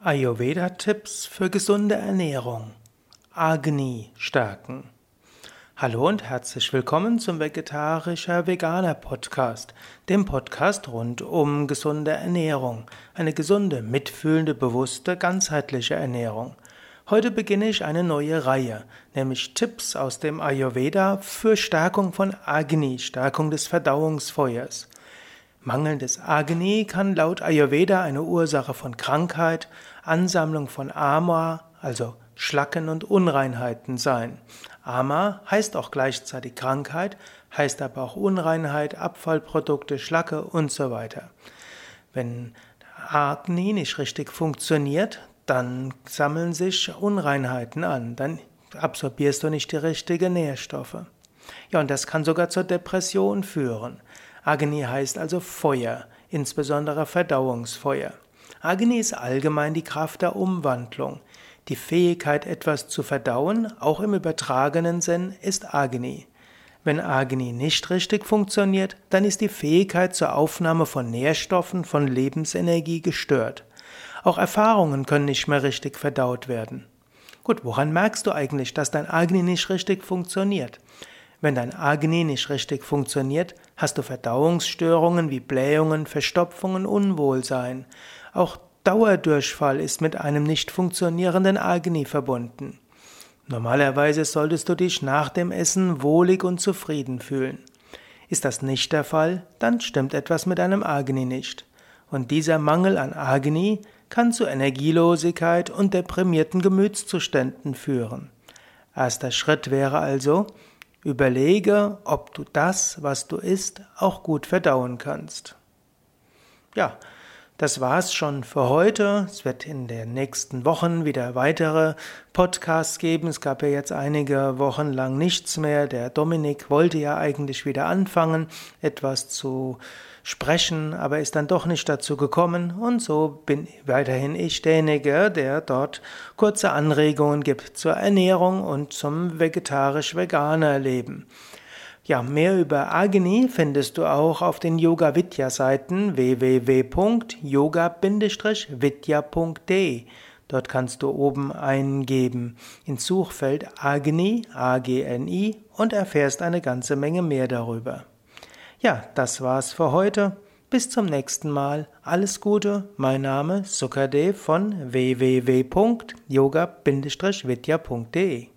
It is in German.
Ayurveda-Tipps für gesunde Ernährung. Agni stärken. Hallo und herzlich willkommen zum Vegetarischer Veganer Podcast, dem Podcast rund um gesunde Ernährung, eine gesunde, mitfühlende, bewusste, ganzheitliche Ernährung. Heute beginne ich eine neue Reihe, nämlich Tipps aus dem Ayurveda für Stärkung von Agni, Stärkung des Verdauungsfeuers. Mangelndes Agni kann laut Ayurveda eine Ursache von Krankheit, Ansammlung von Ama, also Schlacken und Unreinheiten sein. Ama heißt auch gleichzeitig Krankheit, heißt aber auch Unreinheit, Abfallprodukte, Schlacke und so weiter. Wenn Agni nicht richtig funktioniert, dann sammeln sich Unreinheiten an, dann absorbierst du nicht die richtigen Nährstoffe. Ja, und das kann sogar zur Depression führen. Agni heißt also Feuer, insbesondere Verdauungsfeuer. Agni ist allgemein die Kraft der Umwandlung. Die Fähigkeit, etwas zu verdauen, auch im übertragenen Sinn, ist Agni. Wenn Agni nicht richtig funktioniert, dann ist die Fähigkeit zur Aufnahme von Nährstoffen, von Lebensenergie gestört. Auch Erfahrungen können nicht mehr richtig verdaut werden. Gut, woran merkst du eigentlich, dass dein Agni nicht richtig funktioniert? Wenn dein Agni nicht richtig funktioniert, hast du Verdauungsstörungen wie Blähungen, Verstopfungen, Unwohlsein. Auch Dauerdurchfall ist mit einem nicht funktionierenden Agni verbunden. Normalerweise solltest du dich nach dem Essen wohlig und zufrieden fühlen. Ist das nicht der Fall, dann stimmt etwas mit deinem Agni nicht. Und dieser Mangel an Agni kann zu Energielosigkeit und deprimierten Gemütszuständen führen. Erster Schritt wäre also: Überlege, ob du das, was du isst, auch gut verdauen kannst. Ja, das war's schon für heute. Es wird in den nächsten Wochen wieder weitere Podcasts geben. Es gab ja jetzt einige Wochen lang nichts mehr. Der Dominik wollte ja eigentlich wieder anfangen, etwas zu sprechen, aber ist dann doch nicht dazu gekommen. Und so bin weiterhin ich derjenige, der dort kurze Anregungen gibt zur Ernährung und zum vegetarisch-veganer Leben. Ja, mehr über Agni findest du auch auf den Yoga-Vidya-Seiten www.yoga-vidya.de. Dort kannst du oben eingeben ins Suchfeld Agni, A-G-N-I, und erfährst eine ganze Menge mehr darüber. Ja, das war's für heute. Bis zum nächsten Mal. Alles Gute. Mein Name Sukadev von www.yoga-vidya.de